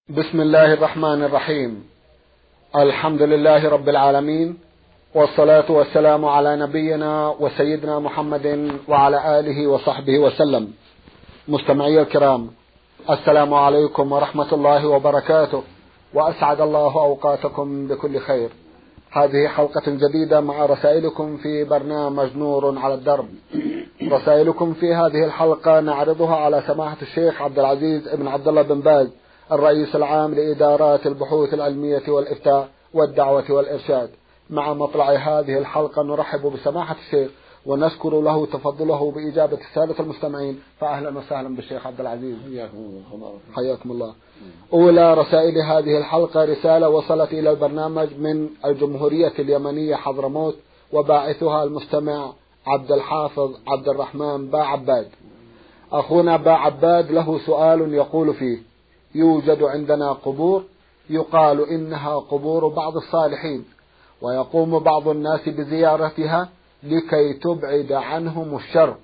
بسم الله الرحمن الرحيم. الحمد لله رب العالمين، والصلاة والسلام على نبينا وسيدنا محمد وعلى آله وصحبه وسلم. مستمعي الكرام، السلام عليكم ورحمة الله وبركاته، وأسعد الله أوقاتكم بكل خير. هذه حلقة جديدة مع رسائلكم في برنامج نور على الدرب. رسائلكم في هذه الحلقة نعرضها على سماحة الشيخ عبد العزيز بن عبد الله بن باز، الرئيس العام لإدارات البحوث العلمية والإفتاء والدعوة والإرشاد. مع مطلع هذه الحلقة نرحب بسماحة الشيخ ونشكر له تفضله بإجابة السادة المستمعين، فأهلا وسهلا بالشيخ عبد العزيز. حياكم الله. أولى رسائل هذه الحلقة رسالة وصلت إلى البرنامج من الجمهورية اليمنية حضرموت، وباعثها المستمع عبد الحافظ عبد الرحمن با عباد. أخونا با عباد له سؤال يقول فيه: يوجد عندنا قبور يقال إنها قبور بعض الصالحين، ويقوم بعض الناس بزيارتها لكي تبعد عنهم الشر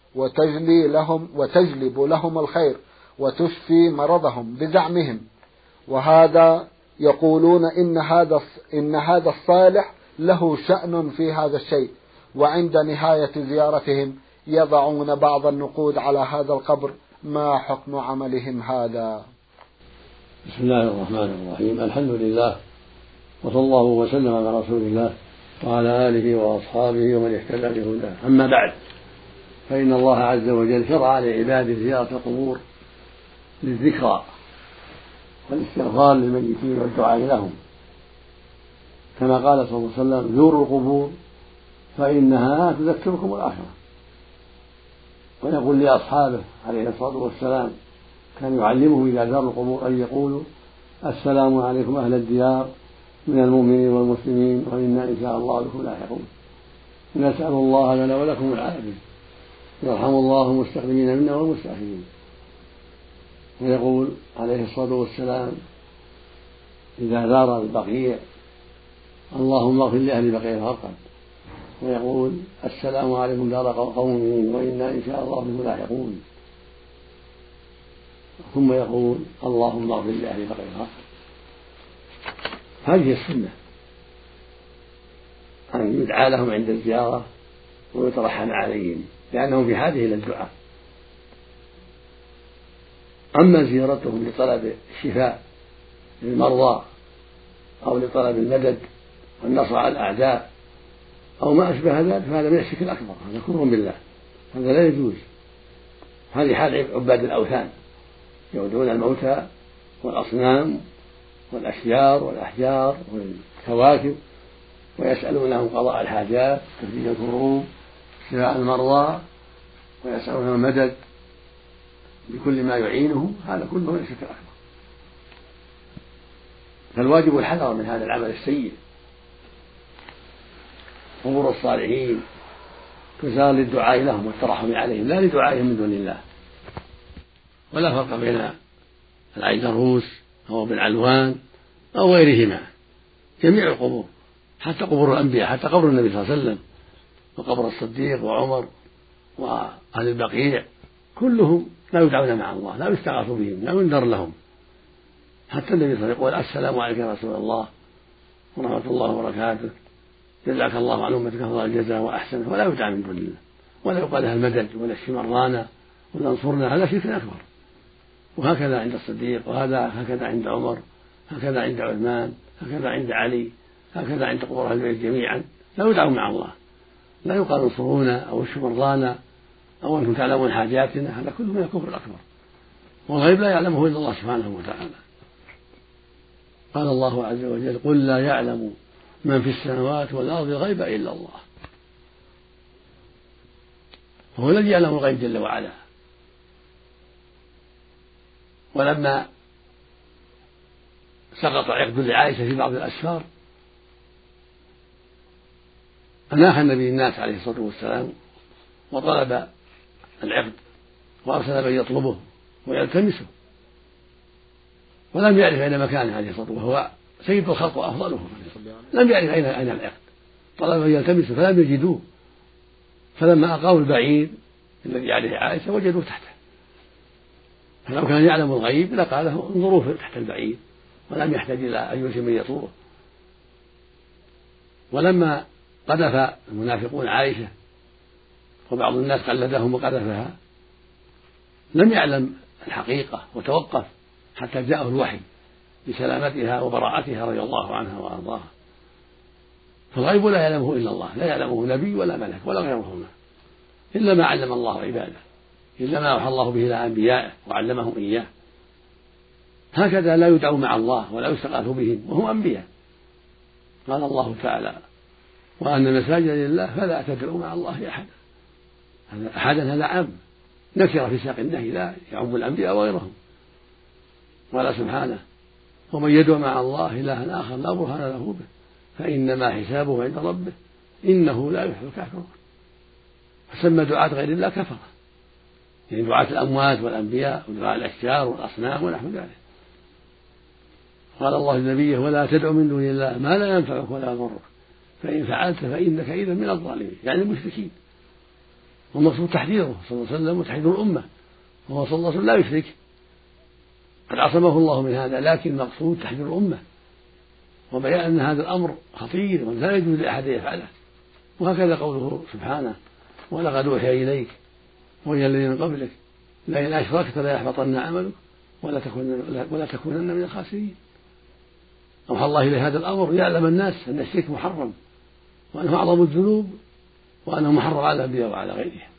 وتجلب لهم الخير وتشفي مرضهم بزعمهم، وهذا يقولون إن هذا الصالح له شأن في هذا الشيء، وعند نهاية زيارتهم يضعون بعض النقود على هذا القبر. ما حكم عملهم هذا؟ بسم الله الرحمن الرحيم. الحمد لله، وصلى الله وسلم على رسول الله وعلى آله وأصحابه ومن اهتدى بهداه. أما بعد، فإن الله عز وجل شرع لعباده زيارة القبور للذكرى والاستغفار للميتين والدعاء لهم، كما قال صلى الله عليه وسلم: زوروا القبور فإنها تذكركم الآخرة. ويقول لأصحابه عليه الصلاة والسلام، كان يعلمهم إذا زاروا القبور أن يقولوا: السلام عليكم أهل الديار من المؤمنين والمسلمين، وإنا إن شاء الله بكم لاحقون. نسأل الله لنا ولكم العافية، يرحم الله المستقدمين منا والمستأخرين. ويقول عليه الصلاة والسلام إذا زار البقيع: اللهم اغفر لأهل بقيع الغرقد. ويقول: السلام عليكم دار قوم مؤمنين، وإنا إن شاء الله بكم لاحقون. ثم يقول: اللهم اغفر لأهل بقيع الغرقد. هذه السنة، أن يدعى لهم عند الزيارة ويترحم عليهم، لأنهم في حاجة إلى الدعاء. أما زيارتهم لطلب الشفاء للمرضى أو لطلب المدد والنصر على الأعداء أو ما أشبه ذلك، فهذا من الشرك الأكبر، هذا كفر بالله، هذا لا يجوز. هذه حال عباد الأوثان، يعبدون الموتى والأصنام والأشجار والأحجار والكواكب، ويسألون لهم قضاء الحاجات، تفريج الكروب، شفاء المرضى، ويسألون المدد بكل ما يعينهم. هذا كله من الشرك الأكبر. فالواجب الحذر من هذا العمل السيء. قبور الصالحين تزار للدعاء لهم والترحم عليهم، لا لدعائهم من دون الله. ولا فرق بين العيدروس أو ابن علوان أو غيرهما، جميع القبور، حتى قبور الأنبياء، حتى قبر النبي صلى الله عليه وسلم وقبر الصديق وعمر وأهل البقيع، كلهم لا يدعون مع الله، لا يستغاث بهم، لا ينذر لهم. حتى النبي صلى الله عليه وسلم يقول: السلام عليك يا رسول الله ورحمة الله وبركاته، جزاك الله عن أمتك أفضل الجزاء وأحسنه، ولا يدعى من دون الله، ولا يقال لها المدد ولا اشف مرضانا ولا انصرنا، هذا شرك أكبر. وهكذا عند الصديق، هكذا عند عمر، هكذا عند عثمان، هكذا عند علي، هكذا عند قبور أهل البيت جميعا، لا يدعون مع الله، لا يقال انصرونا أو اشفوا مرضانا أو أنتم تعلمون حاجاتنا، هذا كله من الكفر الأكبر، والغيب لا يعلمه إلا الله سبحانه وتعالى. قال الله عز وجل: قل لا يعلم من في السماوات والأرض الغيب إلا الله. هو الذي يعلم الغيب جل وعلا. ولما سقط عقد لعائشة في بعض الأسفار، أناخ النبي الناس عليه الصلاة والسلام وطلب العقد وأرسل من يطلبه ويلتمسه، ولم يعرف أين مكانه عليه الصلاة والسلام، وهو سيد الخلق وأفضلهم، لم يعرف أين العقد، طلب من يلتمسه فلم يجدوه، فلما أقاموا البعير الذي عليه عائشة وجدوه تحته، فلو كان يعلم الغيب لقال له انظروا تحت البعير ولم يحتاج إلى أن يرسل من يطوره. ولما قذف المنافقون عائشة وبعض الناس قلدهم وقذفها لم يعلم الحقيقة وتوقف حتى جاءه الوحي بسلامتها وبراءتها رضي الله عنها وأرضاها. فالغيب لا يعلمه إلا الله، لا يعلمه نبي ولا ملك ولا غيرهما، إلا ما علم الله عباده، إلا ما أوحى الله به إلى أنبيائه وعلمهم إياه. هكذا لا يدعو مع الله ولا يستغاث بهم وهم أنبياء. قال الله تعالى: وأن المساجد لله فلا تدعوا مع الله أحدا. هذا أحدا هذا عام نكر في سياق النهي، لا يعم الأنبياء وغيرهم. قال سبحانه: ومن يدعو مع الله إلها آخر لا برهان له به فإنما حسابه عند ربه إنه لا يفلح الكافرون. فسمى دعاة غير الله كفرة، يعني دعاة الأموات والأنبياء ودعاء الأشجار والأصنام ونحو ذلك. قال الله لنبيه: ولا تدع من دون الله ما لا ينفعك ولا يضرك فإن فعلت فإنك إذا من الظالمين، يعني المشركين. والمقصود تحذيره صلى الله عليه وسلم وتحذير الأمة، وهو صلى الله عليه وسلم لا يشرك، قد عصمه الله من هذا، لكن المقصود تحذير الأمة وبيان أن هذا الأمر خطير ولا يجوز لأحد يفعله. وهكذا قوله سبحانه: ولقد أوحي إليك وإلى الذين من قبلك لئن أشركت ليحبطن عملك ولا تكونن من الخاسرين. أوحى الله إليه هذا الأمر ليعلم الناس أن الشرك محرم وأنه أعظم الذنوب وأنه محرم على الأنبياء وعلى غيرهم.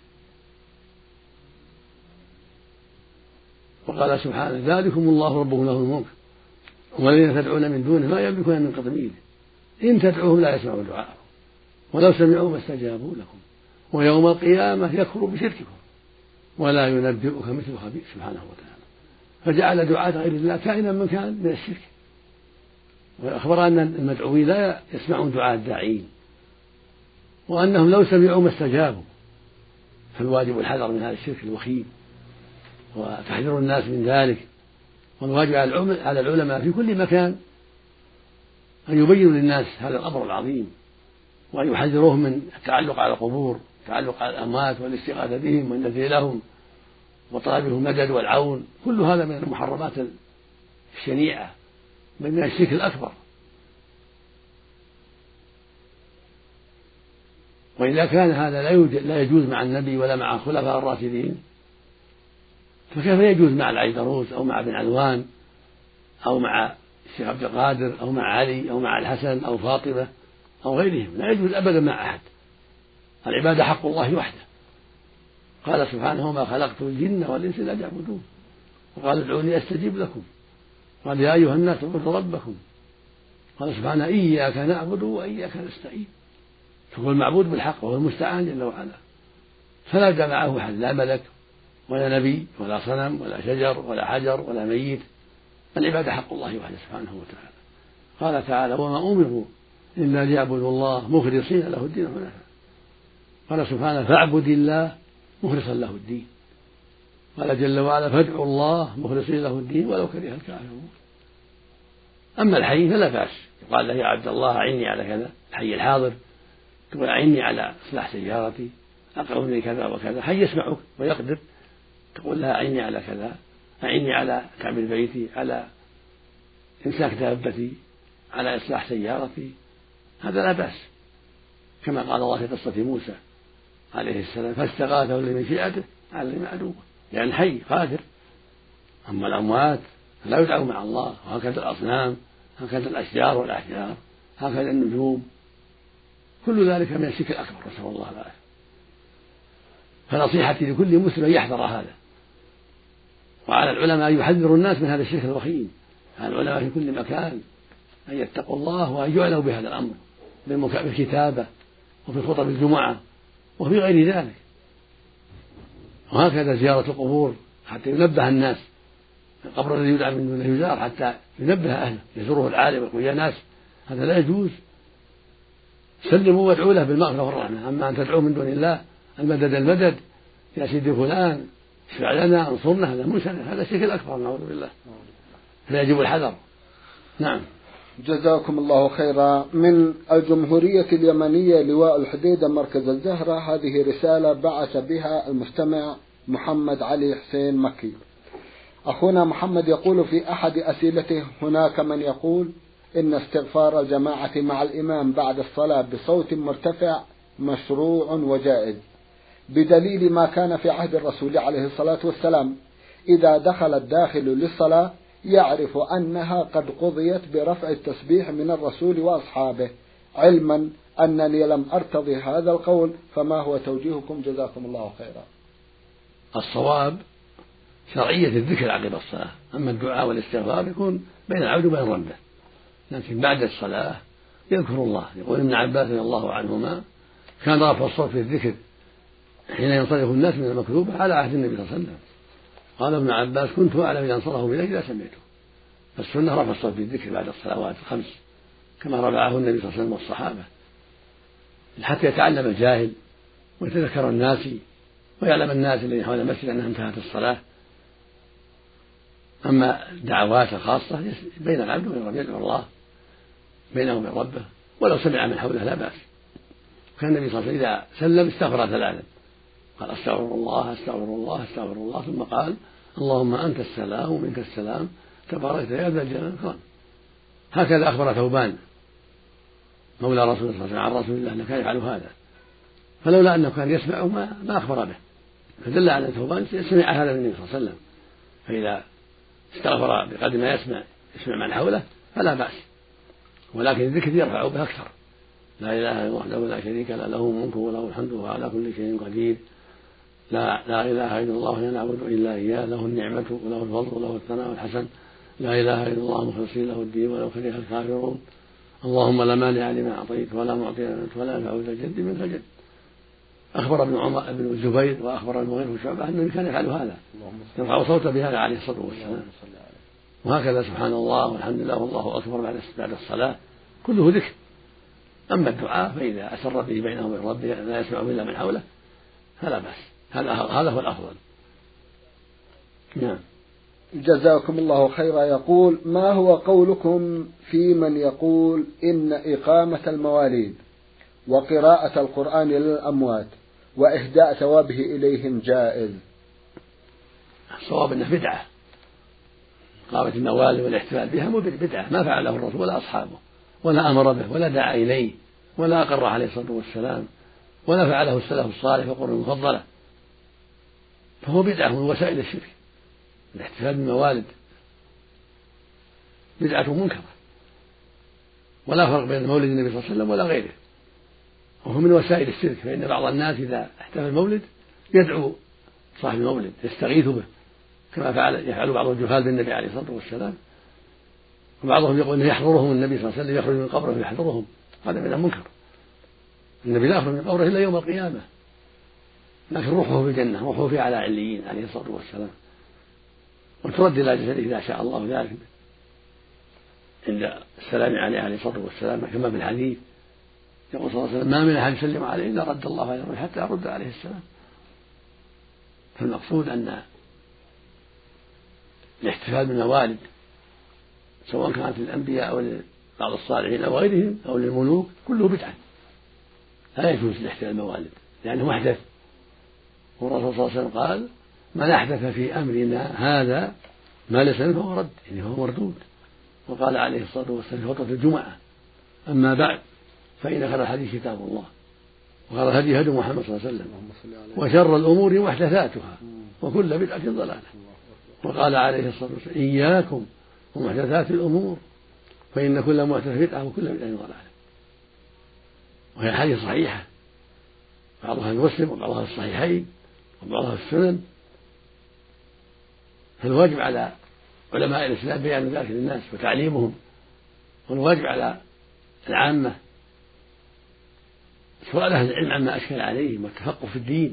وقال سبحانه: ذلكم الله ربكم له الملك والذين تدعون من دونه ما يملكون من قطمير إن تدعوهم لا يسمعوا دعاءهم ولو سمعوا ما استجابوا لكم ويوم القيامة يكفر بشرككم ولا ينبئك مثل خبير سبحانه وتعالى. فجعل دعاة غير الله كائنا من كان من الشرك، وأخبر أن المدعوين لا يسمعون دعاء الداعين وأنهم لو سمعوا ما استجابوا. فالواجب الحذر من هذا الشرك الوخيم وتحذير الناس من ذلك. والواجب على العلماء في كل مكان أن يبينوا للناس هذا الأمر العظيم وأن يحذروهم من التعلق على القبور، التعلق على الأموات والاستغاثة بهم والنذر لهم وطلبهم المدد والعون. كل هذا من المحرمات الشنيعة من الشرك الأكبر. وإذا كان هذا لا يجوز مع النبي ولا مع الخلفاء الراشدين فكيف يجوز مع العيدروس أو مع ابن علوان أو مع الشيخ عبد القادر أو مع علي أو مع الحسن أو فاطمة أو غيرهم؟ لا يجوز أبدا مع أحد. العبادة حق الله وحده. قال سبحانه: وما خلقت الجن والإنس إلا ليعبدون. وقال: ادعوني أستجيب لكم. قال: يا أيها الناس اعبدوا ربكم. قال سبحانه: إياك نعبد وإياك نستعين. فهو المعبود بالحق وهو المستعان جل وعلا، فلا جمعه أحد، لا ملك ولا نبي ولا صنم ولا شجر ولا حجر ولا ميت. العبادة حق الله وحده سبحانه وتعالى. قال تعالى: وما أمروا إلا ليعبدوا الله مخلصين له الدين حنفاء. قال سبحانه: فاعبد الله مخلصا له الدين. قال جل وعلا: فادعوا الله مخلصين له الدين ولو كره الكافرون. أما الحي فلا بأس، يقال له: يا عبد الله أعني على كذا. الحي الحاضر تقول: أعني على إصلاح سيارتي، أقربني كذا وكذا. حي يسمعك ويقدر، تقول لها: أعني على كذا، أعني على تعمير بيتي، على إمساك دابتي، على إصلاح سيارتي. هذا لا بأس، كما قال الله في قصة موسى عليه السلام: فاستغاثه الذي من شيعته على الذي من عدوه، يعني حي قادر. أما الأموات فلا يدعوا مع الله، وهكذا الأصنام، هكذا الأشجار والأحجار، هكذا النجوم، كل ذلك من الشرك الأكبر، نسأل الله العافية. فنصيحتي لكل مسلم أن يحذر هذا، وعلى العلماء أن يحذروا الناس من هذا الشرك الوخيم. على العلماء في كل مكان أن يتقوا الله وأن يعنوا بهذا الأمر بالكتابة وفي خطب الجمعة وفي غير ذلك. وهكذا زيارة القبور حتى ينبه الناس. القبر الذي يدعى من دونه يزار حتى ينبه أهله، يزوره العالم ويقول: يا ناس هذا لا يجوز، سلموا وادعوا له بالمغفرة والرحمة. أما أن تدعوا من دون الله المدد يا سيدي فلان اشفع لنا انصرنا، هذا منكر، هذا الشرك الأكبر نعوذ بالله، فيجب الحذر. نعم. جزاكم الله خيرا. من الجمهورية اليمنية لواء الحديدة مركز الزهرة، هذه رسالة بعث بها المستمع محمد علي حسين مكي. أخونا محمد يقول في أحد أسئلته: هناك من يقول إن استغفار الجماعة مع الإمام بعد الصلاة بصوت مرتفع مشروع وجائز، بدليل ما كان في عهد الرسول عليه الصلاة والسلام إذا دخل الداخل للصلاة يعرف أنها قد قضيت برفع التسبيح من الرسول وأصحابه، علما أنني لم أرتضي هذا القول، فما هو توجيهكم جزاكم الله خيرا؟ الصواب شرعية الذكر عقب الصلاة، أما الدعاء والاستغفار يكون بين العبد وبين ربه، لكن بعد الصلاة يذكر الله. يقول ابن عباس رضي الله عنهما: كان رفع الصوت في الذكر حين ينصرف الناس من المكتوبة على عهد النبي صلى الله عليه وسلم. قال ابن عباس: كنت أعلم إذا انصرفوا بليل إذا سمعته. فالسنة رفع الصوت في الذكر بعد الصلوات الخمس كما رفعه النبي صلى الله عليه وسلم والصحابة، حتى يتعلم الجاهل ويتذكر الناس ويعلم الناس الذين حول المسجد أنها انتهت الصلاة. أما الدعوات الخاصة بين العبد وبين ربه، يدعو الله بينه وبين ربه ولو سمع من حوله لا بأس. كان النبي صلى الله عليه وسلم إذا سلم استغفر ثلاثا، قال: أستغفر الله أستغفر الله أستغفر الله، ثم قال: اللهم أنت السلام ومنك السلام تباركت يا ذا الجلال والإكرام. هكذا أخبر ثوبان مولى رسول الله صلى الله عليه وسلم عن رسول الله أنه كان يفعل هذا، فلولا أنه كان يسمعه ما أخبر به، فدل على أن ثوبان سمع هذا من النبي صلى الله عليه وسلم، فإذا استغفر بقدر ما يسمع من حوله فلا بأس، ولكن الذكر يرفع به أكثر: لا إله إلا الله وحده لا شريك له، له الملك وله الحمد وهو على كل شيء قدير، لا إله إلا الله لا نعبد إلا إياه، له النعمة وله الفضل وله الثناء الحسن، لا إله إلا الله مخلصين له الدين ولو كره الكافرون، اللهم لا مانع لما أعطيت ولا معطي لما منعت ولا ينفع ذا الجد منك الجد. أخبر بن الزبير وأخبر المغيرة بن شعبة أنه كان يفعل هذا، يرفع صوته بهذا عليه الصلاة والسلام. وهكذا سبحان الله والحمد لله والله أكبر بعد الصلاة كله ذكر. أما الدعاء فإذا أسر به بينه وبين ربه لا يسمع إلا من حوله فلا بأس، هذا هو الأفضل. نعم. جزاكم الله خيرا. يقول: ما هو قولكم في من يقول إن إقامة المواليد وقراءة القرآن للأموات وإهداء ثوابه إليهم جائز؟ الصواب أنه بدعة، إقامة الموالد والاحتفال بها بدعة ما فعله الرسول ولا أصحابه ولا أمر به ولا دعا إليه ولا أقر عليه الصلاة والسلام ولا فعله السلف الصالح في القرون المفضلة، فهو بدعة من وسائل الشرك. الاحتفال بالموالد بدعة منكرة، ولا فرق بين مولد النبي صلى الله عليه وسلم ولا غيره، وهو من وسائل الشرك. فإن بعض الناس إذا احتفل المولد يدعو صاحب المولد يستغيث به كما يفعل بعض الجهال بالنبي عليه الصلاة والسلام، وبعضهم يقول انه يحضرهم النبي صلى الله عليه وسلم، يخرج من قبره ويحضرهم، هذا بدعة منكر. النبي لا يخرج من قبره إلا يوم القيامة، لكن روحه في الجنة، روحه في أعلى عليين عليه الصلاة والسلام، وترد إلى جسده إذا شاء الله ذلك عند السلام عليه الصلاة والسلام، كما في الحديث يقول صلى الله عليه وسلم: ما من أحد يسلم عليه إلا رد الله عليه حتى يرد عليه السلام. فالمقصود أن الاحتفال بالموالد سواء كانت للأنبياء أو لبعض الصالحين أو غيرهم أو للملوك كله بدعة، لا يجوز الاحتفال بالموالد لأنه محدث، والرسول صلى الله عليه وسلم قال: من أحدث في أمرنا هذا ما ليس منه فهو رد، يعني فهو مردود. وقال عليه الصلاة والسلام في خطبة الجمعة: أما بعد فإن خير الحديث كتاب الله وخير الهدي هدي محمد صلى الله عليه وسلم وشر الأمور محدثاتها وكل بدعة ضلالة. وقال عليه الصلاة والسلام: إياكم ومحدثات الأمور فإن كل محدثة بدعة وكل بدعة ضلالة. وهي حديث صحيحة، بعضها المسلم وبعضها الصحيحين وبعضها السنن، فالواجب على علماء الإسلام بيان ذلك للناس وتعليمهم، والواجب على العامة سؤال أهل العلم عما أشكل عليهم والتفقه في الدين،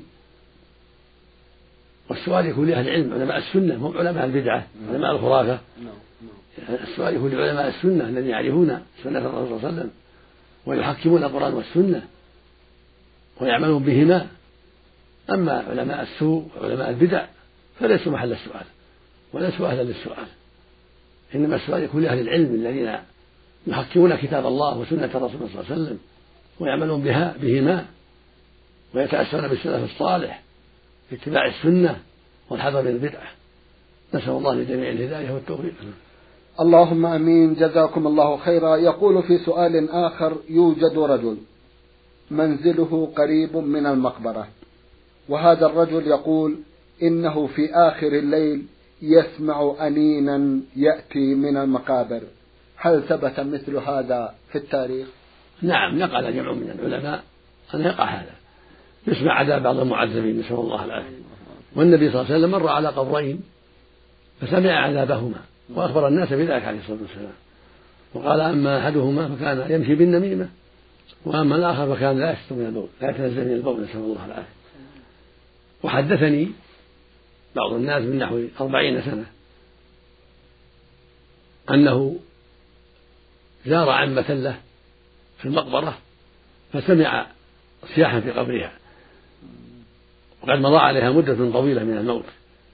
والسؤال يكون لأهل العلم علماء السنة مو علماء البدعة علماء الخرافة. السؤال يكون لعلماء السنة الذين يعرفون سنة الرسول صلى الله عليه وسلم ويحكمون القرآن والسنة ويعملون بهما. أما علماء السوء وعلماء البدع فليسوا محل السؤال وليسوا أهلا للسؤال، إنما السؤال يكون لأهل العلم الذين يحكمون كتاب الله وسنة الرسول صلى الله عليه وسلم ويعملون بهما ويتأسون بالسلف الصالح في اتباع السنة والحذر من البدعة. نسأل الله لجميع الهداية والتوفيق. اللهم أمين. جزاكم الله خيرا. يقول في سؤال آخر: يوجد رجل منزله قريب من المقبرة، وهذا الرجل يقول إنه في آخر الليل يسمع أنينا يأتي من المقابر، هل ثبت مثل هذا في التاريخ؟ نعم، نقل جمع من العلماء أن يقع هذا، يسمع عذاب بعض المعذبين نسأل الله العافية. والنبي صلى الله عليه وسلم مر على قبرين فسمع عذابهما وأخبر الناس بذلك عليه الصلاة والسلام، وقال: أما أحدهما فكان يمشي بالنميمة، وأما الآخر فكان لا يستر من البول، لا يتنزل من البول نسأل الله العافية. وحدثني بعض الناس من نحو 40 سنة أنه زار عمة له في المقبرة فسمع صياحا في قبرها، وقد مضى عليها مدة طويلة من الموت،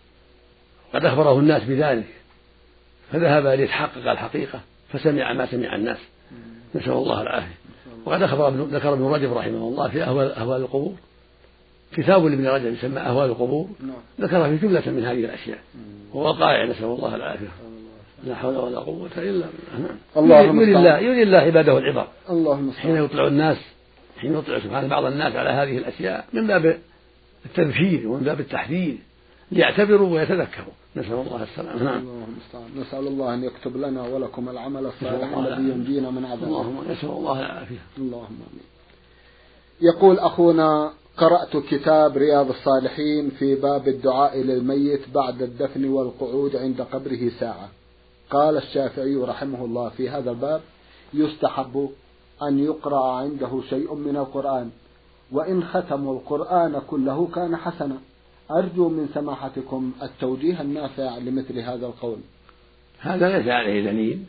قد أخبره الناس بذلك، فذهب ليتحقق الحقيقة فسمع ما سمع الناس نسأل الله العافية. وقد ذكر ابن رجب رحمه الله في أهوال القبور، كتاب لابن رجب يسمى أهوال القبور، ذكر في جملة من هذه الأشياء ووقائع نسأل الله العافية. لا حول ولا قوة إلا بالله. يري الله عباده العبر حين يطلع الناس، حين يطلع سبحانه بعض الناس على هذه الأشياء من باب التذكير ومن باب التحذير ليعتبروا ويتذكروا نسأل الله السلامة. نعم. نسأل الله أن يكتب لنا ولكم العمل الصالح الذي ينجينا من عذابه. اللهم نسأل الله العافية. اللهم آمين. يقول أخونا: قرأت كتاب رياض الصالحين في باب الدعاء للميت بعد الدفن والقعود عند قبره ساعة. قال الشافعي رحمه الله في هذا الباب: يستحب أن يقرأ عنده شيء من القرآن، وإن ختموا القرآن كله كان حسنا. أرجو من سماحتكم التوجيه النافع لمثل هذا القول. هذا ليس عليه دليل،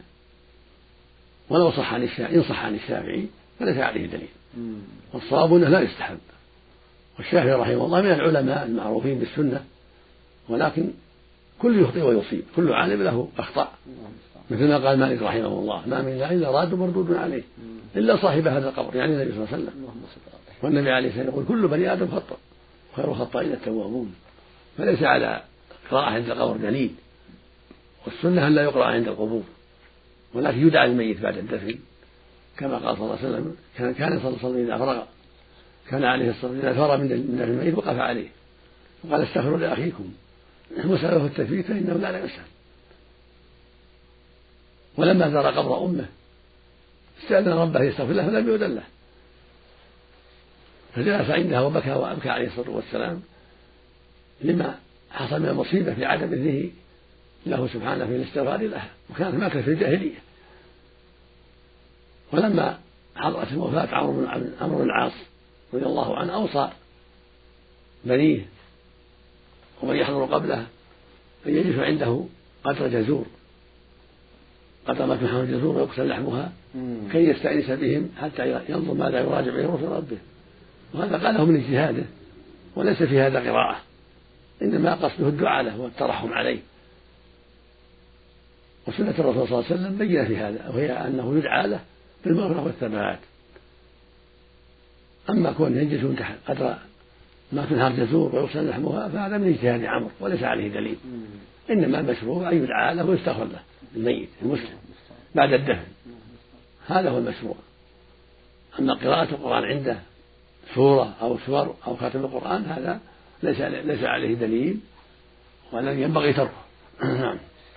ولو صح عن إن صح عن الشافعي فليس عليه دليل، والصواب أنه لا يستحب. والشافعي رحمه الله من العلماء المعروفين بالسنة، ولكن كل يخطئ ويصيب، كل عالم له أخطاء، مثل ما قال مالك رحمه الله: ما منا إلا راد مردود عليه إلا صاحب هذا القبر، يعني النبي صلى الله عليه وسلم. والنبي عليه الصلاة والسلام يقول: كل بني آدم خطأ خير الخطائين التوابون. فليس على قراءة عند القبر دليل، والسنة أن لا يقرأ عند القبور، ولكن يدعى الميت بعد الدفن، كما قال صلى الله عليه وسلم: كان صلى الله عليه وسلم إذا فرغ كان عليه الصلاة والسلام إذا فرغ من الميت وقف عليه وقال: استغفروا لأخيكم وسأله التثبيت فإنه لا يسأل. ولما زار قبر أمه استأذن ربه يستغفر له فلم يؤذن له، فجلس عندها وبكى وأبكى عليه الصلاة والسلام لما حصل من المصيبة في عدم إذنه له سبحانه في الاستغفار لها، وكانت ماكلة في الجاهلية. ولما حضرت الوفاة عمرو بن العاص رضي الله عنه أوصى بنيه ومن يحضر قبله أن يجلس عنده قدر جزور، قدر ما تنحر الجزور ويقتل لحمها كي يستأنس بهم حتى ينظر ماذا يراجع به رسول ربه. وهذا قاله من اجتهاده، وليس في هذا قراءة، إنما قصده الدعاء له والترحم عليه. وسنة الرسول صلى الله عليه وسلم بين في هذا، وهي أنه يدعى له بالمغفرة والثبات. أما كون يجلسون تحت قدر ما تنهار جزور ويغسل لحمها فهذا من اجتهاد عمرو وليس عليه دليل، إنما المشروع أن يدعى له ويستغفر له الميت المسلم بعد الدفن، هذا هو المشروع. أما قراءة القرآن عنده سورة أو سور أو خاتم القرآن هذا ليس عليه دليل والذي ينبغي تركه. نعم.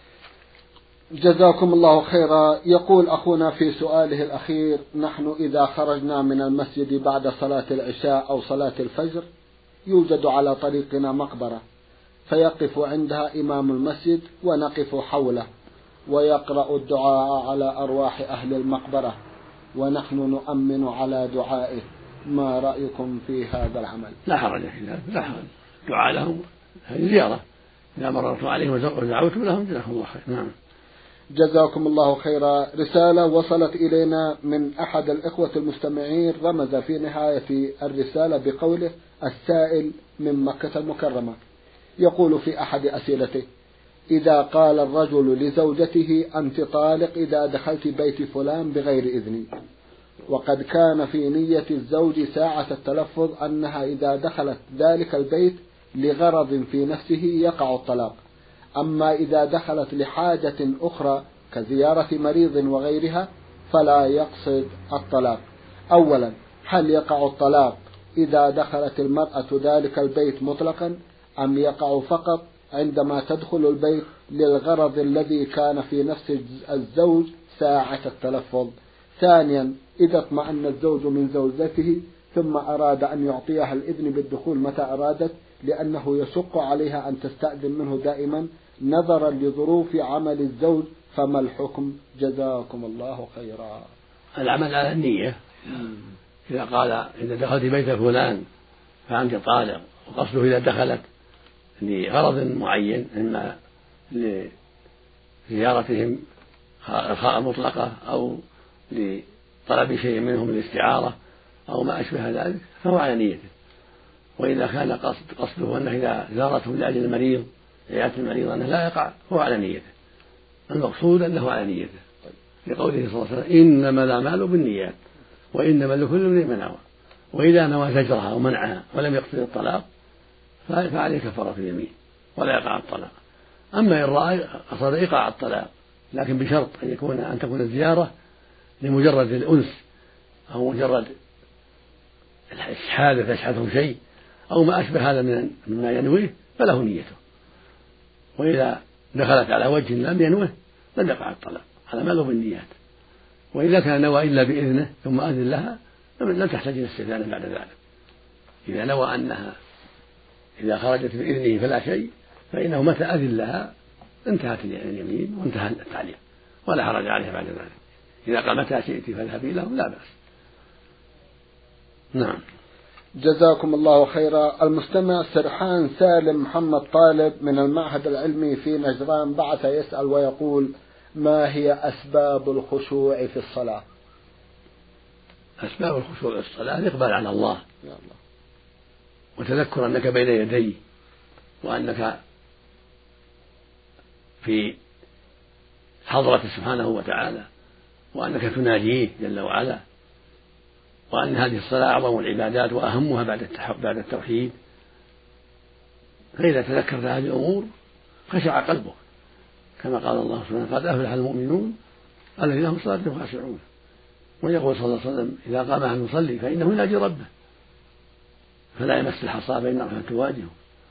جزاكم الله خيرا. يقول أخونا في سؤاله الأخير: نحن إذا خرجنا من المسجد بعد صلاة العشاء أو صلاة الفجر يوجد على طريقنا مقبرة، فيقف عندها إمام المسجد ونقف حوله ويقرأ الدعاء على أرواح أهل المقبرة ونحن نؤمن على دعائه، ما رأيكم في هذا العمل؟ لا حرج في ذلك، لا حرج، دعاء لهم هذه زيارة، إذا مررت عليهم ودعوتم لهم جزاكم الله خير. نعم. جزاكم الله خيرا. رسالة وصلت إلينا من أحد الإخوة المستمعين، رمز في نهاية الرسالة بقوله: السائل من مكة المكرمة، يقول في أحد أسئلته: إذا قال الرجل لزوجته: أنت طالق إذا دخلت بيت فلان بغير إذني، وقد كان في نية الزوج ساعة التلفظ أنها إذا دخلت ذلك البيت لغرض في نفسه يقع الطلاق، أما إذا دخلت لحاجة أخرى كزيارة مريض وغيرها فلا يقصد الطلاق. أولا، هل يقع الطلاق إذا دخلت المرأة ذلك البيت مطلقا أم يقع فقط عندما تدخل البيت للغرض الذي كان في نفس الزوج ساعة التلفظ؟ ثانيا، إذا اطمأن الزوج من زوجته ثم أراد أن يعطيها الإذن بالدخول متى أرادت لأنه يشق عليها أن تستأذن منه دائما نظرا لظروف عمل الزوج، فما الحكم؟ جزاكم الله خيرا. العمل على النية. إذا قال إذا دخلت بيت فلان فأنت طالق، وقصده إذا دخلت لغرض معين إما لزيارتهم إرخاء مطلقة أو لطلب شيء منهم الاستعارة أو ما أشبه ذلك فهو على نيته. وإذا كان قصده أنه إذا زارته لأجل المريض عيادة المريض أنه لا يقع فهو على نيته. المقصود أنه على نيته لقوله صلى الله عليه وسلم إنما الأعمال بالنيات وإنما لكل امرئ ما نوى. وإذا نوى زجرها أو منعها ولم يقصد الطلاق فعليه كفارة اليمين ولا يقع الطلاق. أما إن رأى قصد إيقاع الطلاق لكن بشرط أن تكون الزيارة لمجرد الأنس أو مجرد الحادث يشحذه شيء أو ما أشبه هذا مما ينويه فله نيته. وإذا دخلت على وجه لم ينوه لم يقع الطلاق، هذا ما له بالنيات. وإذا كان نوى إلا بإذنه ثم أذن لها لم تحتاج إلى استئذان بعد ذلك. إذا نوى أنها إذا خرجت بإذنه فلا شيء فإنه متى أذن لها انتهت اليمين وانتهى التعليق ولا حرج عليها بعد ذلك. إذا قال متى شئت فاذهبي له لا بأس. نعم. جزاكم الله خيرا. المستمع سرحان سالم محمد طالب من المعهد العلمي في نجران بعث يسأل ويقول: ما هي أسباب الخشوع في الصلاة؟ أسباب الخشوع في الصلاة الإقبال على الله وتذكر أنك بين يديه وأنك في حضرة سبحانه وتعالى وأنك تناجيه جل وعلا، وأن هذه الصلاة أعظم العبادات وأهمها بعد التوحيد. فإذا تذكرت هذه الأمور خشع قلبك كما قال الله سبحانه: قد أفلح المؤمنون الذين هم صلاتهم خاشعون. ويقول صلى الله عليه وسلم: إذا قام أن يصلي فإنه يناجي ربه فلا يمس الحصى بين رحمة تواجهه.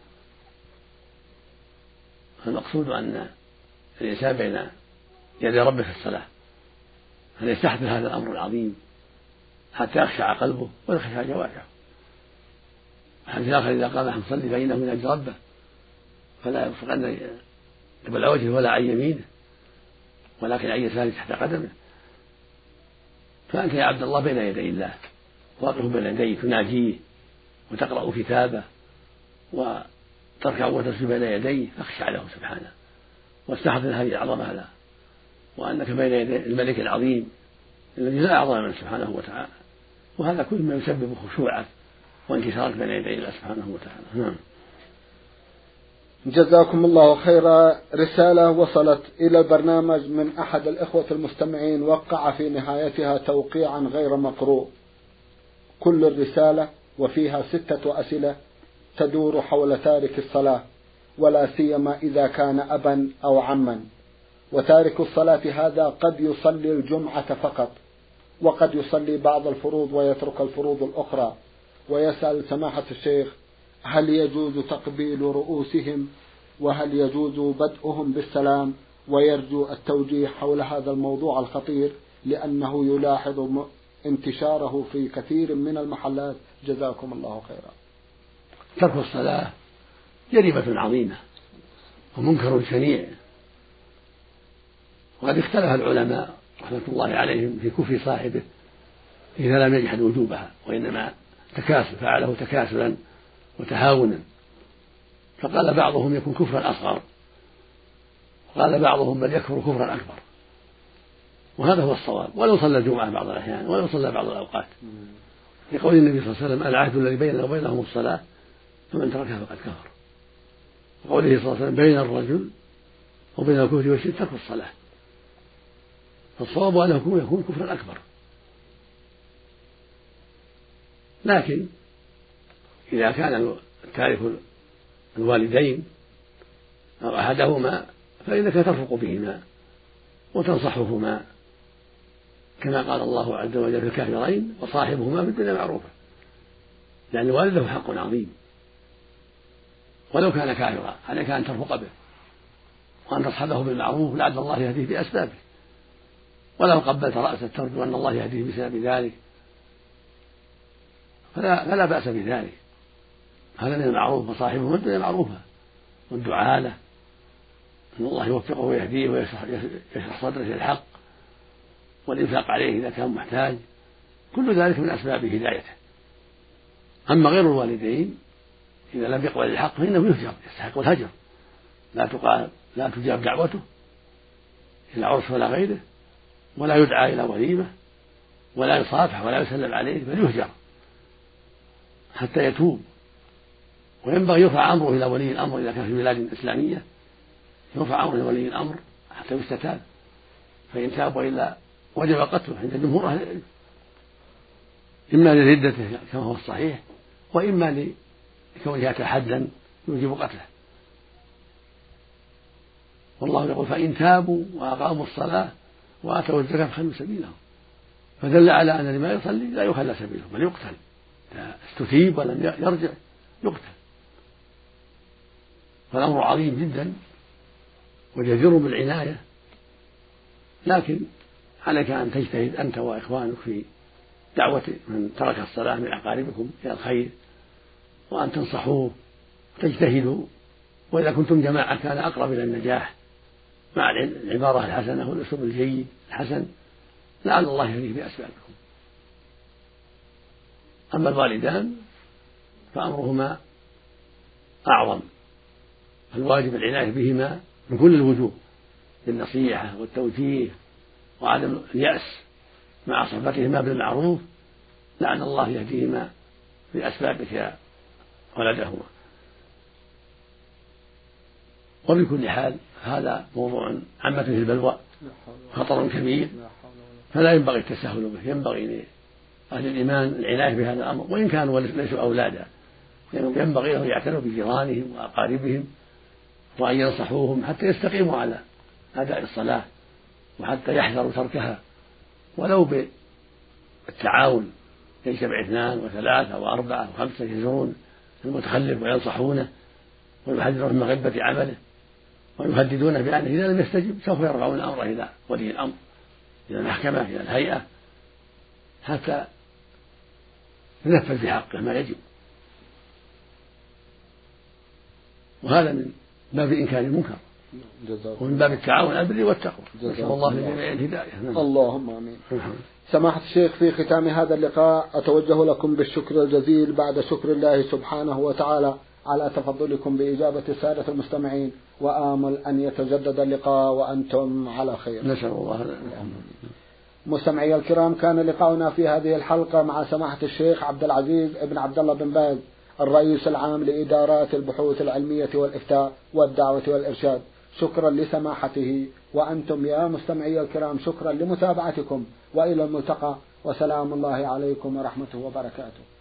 فالمقصود أن الإنسان بين يدي ربه في الصلاة فليستحضر هذا الأمر العظيم حتى يخشع قلبه ويخشع جوارحه. الحديث الآخر: إذا قام أن يصلي فإنه يناجي ربه فلا يبصقن قبل وجهه ولا عن يمينه ولكن عن يساره تحت قدمه. فأنت يا عبد الله بين يدي الله واقف بين يديه تناجيه وتقرأ كتابه وتركع وتسجد بين يديه فاخشع له سبحانه واستحضر هذه العظمة له وأنك بين يدي الملك العظيم الذي لا أعظم منه سبحانه وتعالى. وهذا كل ما يسبب خشوعك وانكسارك بين يدي الله سبحانه وتعالى. نعم. جزاكم الله خيرا. رسالة وصلت إلى البرنامج من أحد الإخوة المستمعين وقع في نهايتها توقيعا غير مقروء. كل الرسالة وفيها 6 أسئلة تدور حول تارك الصلاة، ولا سيما إذا كان أبا أو عما. وتارك الصلاة هذا قد يصلي الجمعة فقط، وقد يصلي بعض الفروض ويترك الفروض الأخرى. ويسأل سماحة الشيخ: هل يجوز تقبيل رؤوسهم؟ وهل يجوز بدءهم بالسلام؟ ويرجو التوجيه حول هذا الموضوع الخطير لأنه يلاحظ انتشاره في كثير من المحلات. جزاكم الله خيرا. ترك الصلاة جريمة عظيمة ومنكر شنيع، وقد اختلف العلماء رحمة الله عليهم في كفر صاحبه إذا لم يجحد وجوبها، وإنما فعله تكاسلا وتهاونا. فقال بعضهم يكون كفرا أصغر، وقال بعضهم بل يكفر كفرا أكبر، وهذا هو الصواب. ولو صلى الجمعة بعض الأحيان ولو صلى بعض الأوقات، لقول النبي صلى الله عليه وسلم: العهد الذي بيننا وبينهم الصلاة فمن تركها فقد كفر. وقوله صلى الله عليه وسلم: بين الرجل وبين الكفر والشرك ترك الصلاة. فالصواب أنه يكون كفرا أكبر. لكن إذا كان تارك الوالدين أو أحدهما فإنك ترفق بهما وتنصحهما، كما قال الله عز وجل في الكافرين وصاحبهما في الدنيا معروفة، لأن الوالد له حق عظيم ولو كان كافرا، عليك أن ترفق به وأن تصحبه بالمعروف لعل الله يهديه بأسبابه، ولو قبلت رأسه ترجو أن الله يهديه بسبب ذلك فلا بأس بذلك. هذا من المعروف، وصاحبه في الدنيا معروفة، والدعاء له أن الله يوفقه ويهديه ويشرح صدره للحق، والإنفاق عليه إذا كان محتاج، كل ذلك من أسباب هدايته. أما غير الوالدين إذا لم يقبل الحق فإنه يهجر، يستحق الهجر، لا تجاب دعوته إلى عرس ولا غيره، ولا يدعى إلى وليمة، ولا يصافح ولا يسلم عليه، بل يهجر حتى يتوب. وينبغي يرفع أمره إلى ولي الأمر إذا كان في بلاد إسلامية، يرفع أمره إلى ولي الأمر حتى يستتاب، فإن تاب وإلا وجب قتله عند جمهور أهل العلم، إما لردته كما هو الصحيح، وإما لكونها تحدا يوجب قتله. والله يقول فإن تابوا وأقاموا الصلاة وآتوا الزكاة فخلوا سبيلهم، فدل على أن اللي ما يصلي لا يخلى سبيله بل يقتل، إذا استتيب ولم يرجع يقتل. فالأمر عظيم جدا وجدير بالعناية، لكن عليك أن تجتهد أنت وإخوانك في دعوة من ترك الصلاة من أقاربكم إلى الخير، وأن تنصحوه وتجتهدوا، وإذا كنتم جماعة كان أقرب إلى النجاح مع العبارة الحسنة والأسلوب الجيد الحسن، لعل الله يهديه بأسبابكم. أما الوالدان فأمرهما أعظم، الواجب العناية بهما من كل الوجوه، بالنصيحة والتوجيه وعدم اليأس مع صحبتهما بالمعروف، لعل الله يهديهما بأسبابك يا ولدهما. وبكل حال هذا موضوع عامة في البلوى خطر كبير، فلا ينبغي التساهل به، ينبغي لأهل الإيمان العناية بهذا الأمر، وإن كانوا ليسوا أولادا ينبغي أن يعتنوا بجيرانهم وأقاربهم، وأن ينصحوهم حتى يستقيموا على أداء الصلاة، وحتى يحذروا تركها، ولو بالتعاون يجتمع 2 و3 و4 و5 يزورون المتخلف وينصحونه ويحذرون من مغبة عمله، ويهددونه بأنه إذا لم يستجب سوف يرفعون الأمر إلى ولي الأمر، إلى المحكمة، إلى الهيئة، حتى ينفذ في حقه ما يجب. وهذا من باب إنكار المنكر ومن باب التعاون على البر والتقوى، نسأل الله للجميع الهداية. اللهم آمين. سماحة الشيخ، في ختام هذا اللقاء أتوجه لكم بالشكر الجزيل بعد شكر الله سبحانه وتعالى على تفضلكم بإجابة السادة المستمعين، وآمل أن يتجدد اللقاء وأنتم على خير. نسأل الله. مستمعي الكرام، كان لقاؤنا في هذه الحلقة مع سماحة الشيخ عبد العزيز بن عبد الله بن باز، الرئيس العام لإدارات البحوث العلمية والإفتاء والدعوة والإرشاد. شكرا لسماحته، وأنتم يا مستمعي الكرام شكرا لمتابعتكم، وإلى الملتقى، وسلام الله عليكم ورحمته وبركاته.